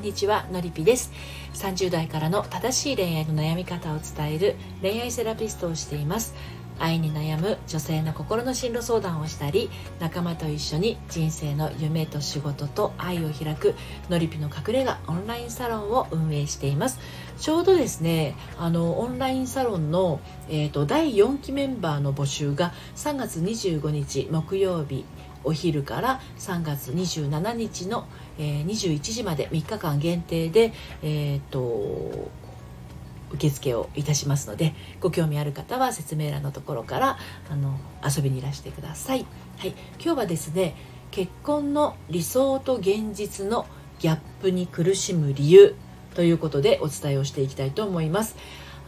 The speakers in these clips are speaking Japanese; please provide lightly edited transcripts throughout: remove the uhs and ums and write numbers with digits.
にちは、のりぴです。30代からの正しい恋愛の悩み方を伝える恋愛セラピストをしています。愛に悩む女性の心の進路相談をしたり、仲間と一緒に人生の夢と仕事と愛を開くのりぴの隠れ家オンラインサロンを運営しています。ちょうどですね、オンラインサロンの、第4期メンバーの募集が3月25日木曜日お昼から3月27日の、21時まで3日間限定で、受付をいたしますので、ご興味ある方は説明欄のところから遊びにいらしてください。はい、今日はですね、結婚の理想と現実のギャップに苦しむ理由ということでお伝えをしていきたいと思います。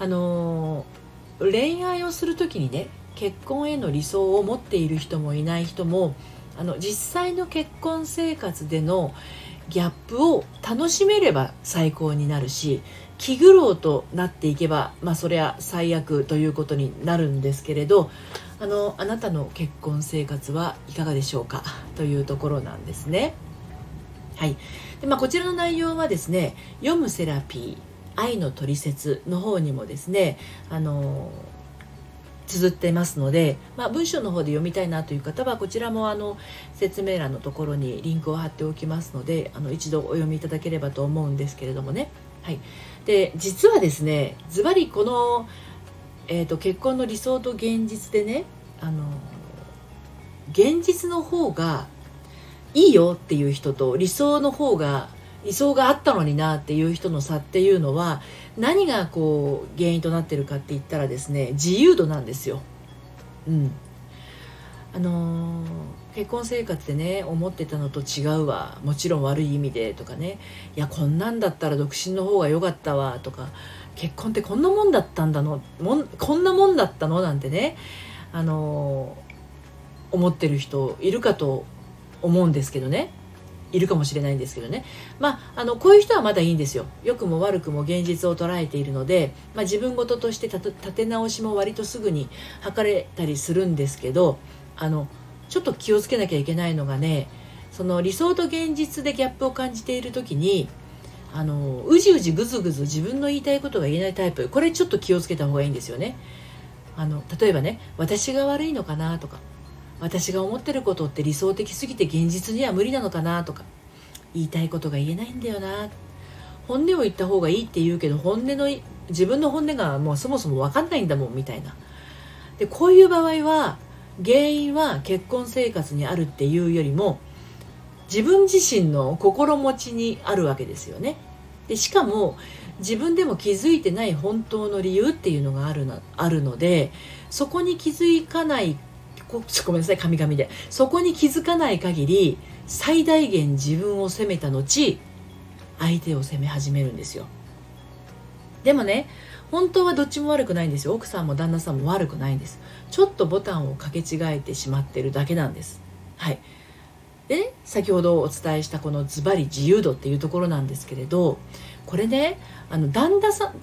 恋愛をするときにね、結婚への理想を持っている人もいない人も実際の結婚生活でのギャップを楽しめれば最高になるし、気苦労となっていけばそれは最悪ということになるんですけれど、あなたの結婚生活はいかがでしょうかというところなんですね。はい。で、こちらの内容はですね、読むセラピー愛のトリセツの方にもですね綴っていますので、文章の方で読みたいなという方はこちらも説明欄のところにリンクを貼っておきますので、一度お読みいただければと思うんですけれどもね。はい。で、実はですね、ズバリこの、結婚の理想と現実でね、現実の方がいいよっていう人と理想があったのになっていう人の差っていうのは、何が原因となってるかって言ったらですね、自由度なんですよ。結婚生活でね、思ってたのと違うわ、もちろん悪い意味でとかね、いやこんなんだったら独身の方が良かったわとか、結婚ってこんなもんだったのなんてね、思ってる人いるかと思うんですけどね、いるかもしれないんですけどね。こういう人はまだいいんですよ。良くも悪くも現実を捉えているので、自分事として立て直しも割とすぐに図れたりするんですけど、ちょっと気をつけなきゃいけないのがね、その理想と現実でギャップを感じている時にうじうじぐずぐず自分の言いたいことが言えないタイプ、これちょっと気をつけた方がいいんですよね。例えばね、私が悪いのかなとか、私が思ってることって理想的すぎて現実には無理なのかなとか、言いたいことが言えないんだよな、本音を言った方がいいって言うけど自分の本音がもうそもそも分かんないんだもんみたいな。で、こういう場合は原因は結婚生活にあるっていうよりも自分自身の心持ちにあるわけですよね。で、しかも自分でも気づいてない本当の理由っていうのがあるので、そこに気づかないごめんなさい、神々で。そこに気づかない限り、最大限自分を責めた後、相手を責め始めるんですよ。でもね、本当はどっちも悪くないんですよ。奥さんも旦那さんも悪くないんです。ちょっとボタンを掛け違えてしまってるだけなんです。はい。でね、先ほどお伝えしたこのズバリ自由度っていうところなんですけれど、これね、旦那さ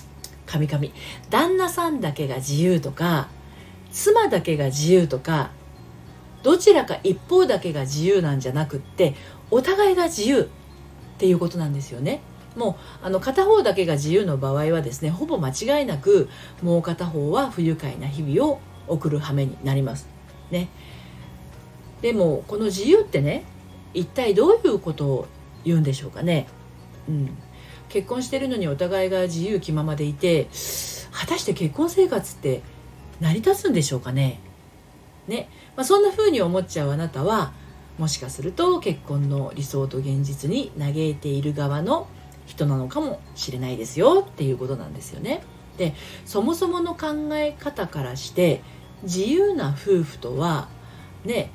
んだけが自由とか、妻だけが自由とか、どちらか一方だけが自由なんじゃなくって、お互いが自由っていうことなんですよね。もう片方だけが自由の場合はですね、ほぼ間違いなくもう片方は不愉快な日々を送る羽目になりますね。でもこの自由ってね、一体どういうことを言うんでしょうかね。結婚してるのにお互いが自由気ままでいて、果たして結婚生活って成り立つんでしょうかね。そんな風に思っちゃうあなたは、もしかすると結婚の理想と現実に嘆いている側の人なのかもしれないですよっていうことなんですよね。で、そもそもの考え方からして自由な夫婦とはね、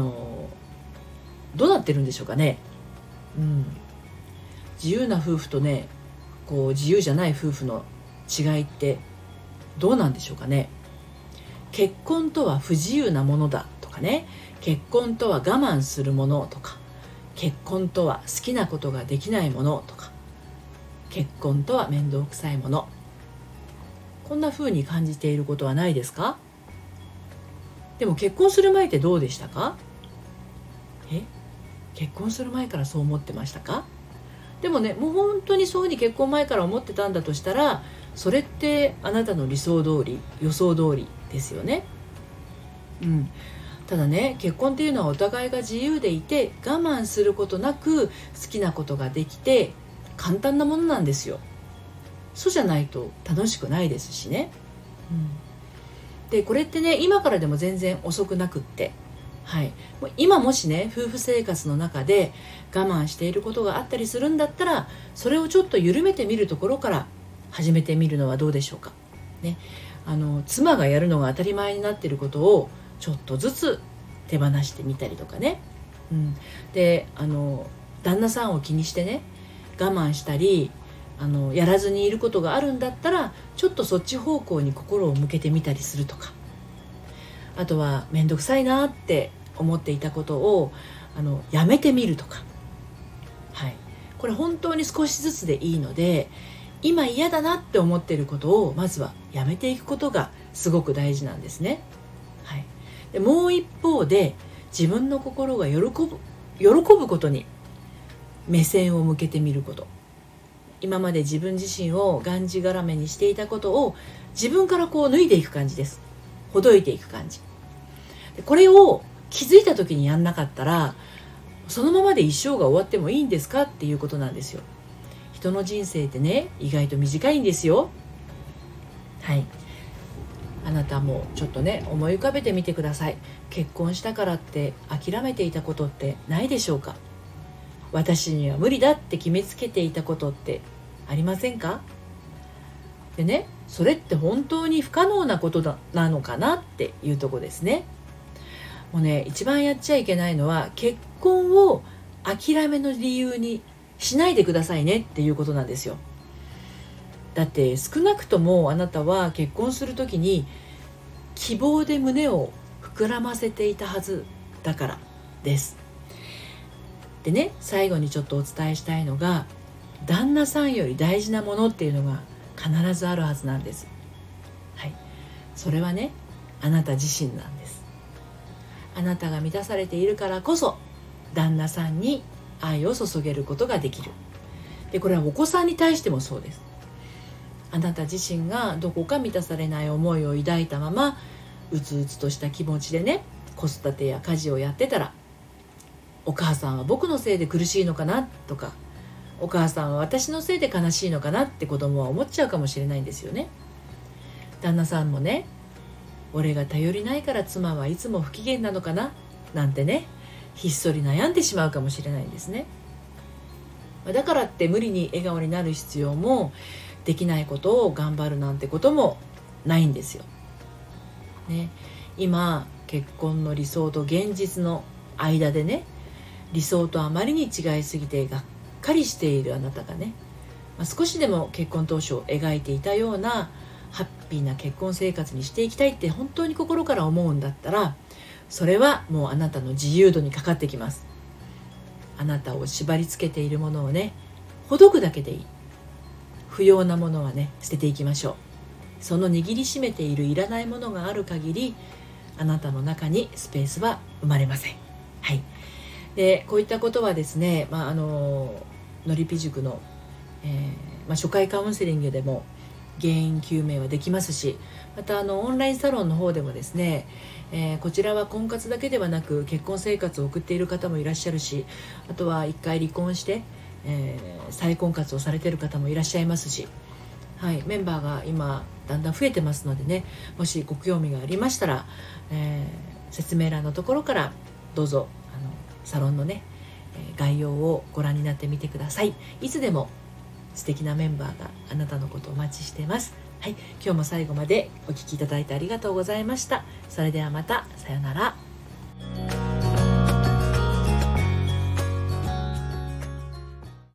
どうなってるんでしょうかね。自由な夫婦とね、自由じゃない夫婦の違いってどうなんでしょうかね。結婚とは不自由なものだとかね、結婚とは我慢するものとか、結婚とは好きなことができないものとか、結婚とは面倒くさいもの、こんな風に感じていることはないですか？でも結婚する前ってどうでしたか？結婚する前からそう思ってましたか？ でもね、もう本当にそういうふうに結婚前から思ってたんだとしたら、それってあなたの理想通り、予想通りですよね。ただね、結婚っていうのはお互いが自由でいて、我慢することなく好きなことができて簡単なものなんですよ。そうじゃないと楽しくないですしね。でこれってね、今からでも全然遅くなくって、もう今もしね、夫婦生活の中で我慢していることがあったりするんだったら、それをちょっと緩めてみるところから始めてみるのはどうでしょうかね。妻がやるのが当たり前になっていることをちょっとずつ手放してみたりとかね、で旦那さんを気にしてね、我慢したりやらずにいることがあるんだったら、ちょっとそっち方向に心を向けてみたりするとか、あとは面倒くさいなって思っていたことをやめてみるとか、これ本当に少しずつでいいので、今嫌だなって思っていることをまずはやめていくことがすごく大事なんですね。でもう一方で、自分の心が喜ぶことに目線を向けてみること。今まで自分自身をがんじがらめにしていたことを自分からこう脱いでいく感じです。ほどいていく感じで、これを気づいた時にやんなかったら、そのままで一生が終わってもいいんですかっていうことなんですよ。人の人生ってね、意外と短いんですよ。あなたもちょっとね、思い浮かべてみてください。結婚したからって諦めていたことってないでしょうか？私には無理だって決めつけていたことってありませんか？でね、それって本当に不可能なことなのかなっていうとこですね。もうね、一番やっちゃいけないのは、結婚を諦めの理由にしないでくださいねっていうことなんですよ。だって少なくともあなたは結婚するときに希望で胸を膨らませていたはずだからです。でね、最後にちょっとお伝えしたいのが、旦那さんより大事なものっていうのが必ずあるはずなんです。それはね、あなた自身なんです。あなたが満たされているからこそ、旦那さんに愛を注げることができる。でこれはお子さんに対してもそうです。あなた自身がどこか満たされない思いを抱いたまま、うつうつとした気持ちでね、子育てや家事をやってたら、お母さんは僕のせいで苦しいのかなとか、お母さんは私のせいで悲しいのかなって子供は思っちゃうかもしれないんですよね。旦那さんもね、俺が頼りないから妻はいつも不機嫌なのかななんてね、ひっそり悩んでしまうかもしれないんですね。だからって無理に笑顔になる必要も、できないことを頑張るなんてこともないんですよ、今結婚の理想と現実の間でね、理想とあまりに違いすぎてがっかりしているあなたがね、少しでも結婚当初描いていたようなハッピーな結婚生活にしていきたいって本当に心から思うんだったら、それはもうあなたの自由度にかかってきます。あなたを縛り付けているものをね、ほどくだけでいい。不要なものはね、捨てていきましょう。その握りしめているいらないものがある限り、あなたの中にスペースは生まれません。でこういったことはですね、のりぴ塾の、初回カウンセリングでも原因究明はできますし、またオンラインサロンの方でもですね、こちらは婚活だけではなく結婚生活を送っている方もいらっしゃるし、あとは一回離婚して再婚活をされている方もいらっしゃいますし、メンバーが今だんだん増えてますのでね、もしご興味がありましたら、説明欄のところからどうぞサロンのね、概要をご覧になってみてください。いつでも素敵なメンバーがあなたのことをお待ちしています。今日も最後までお聞きいただいてありがとうございました。それではまた、さよなら。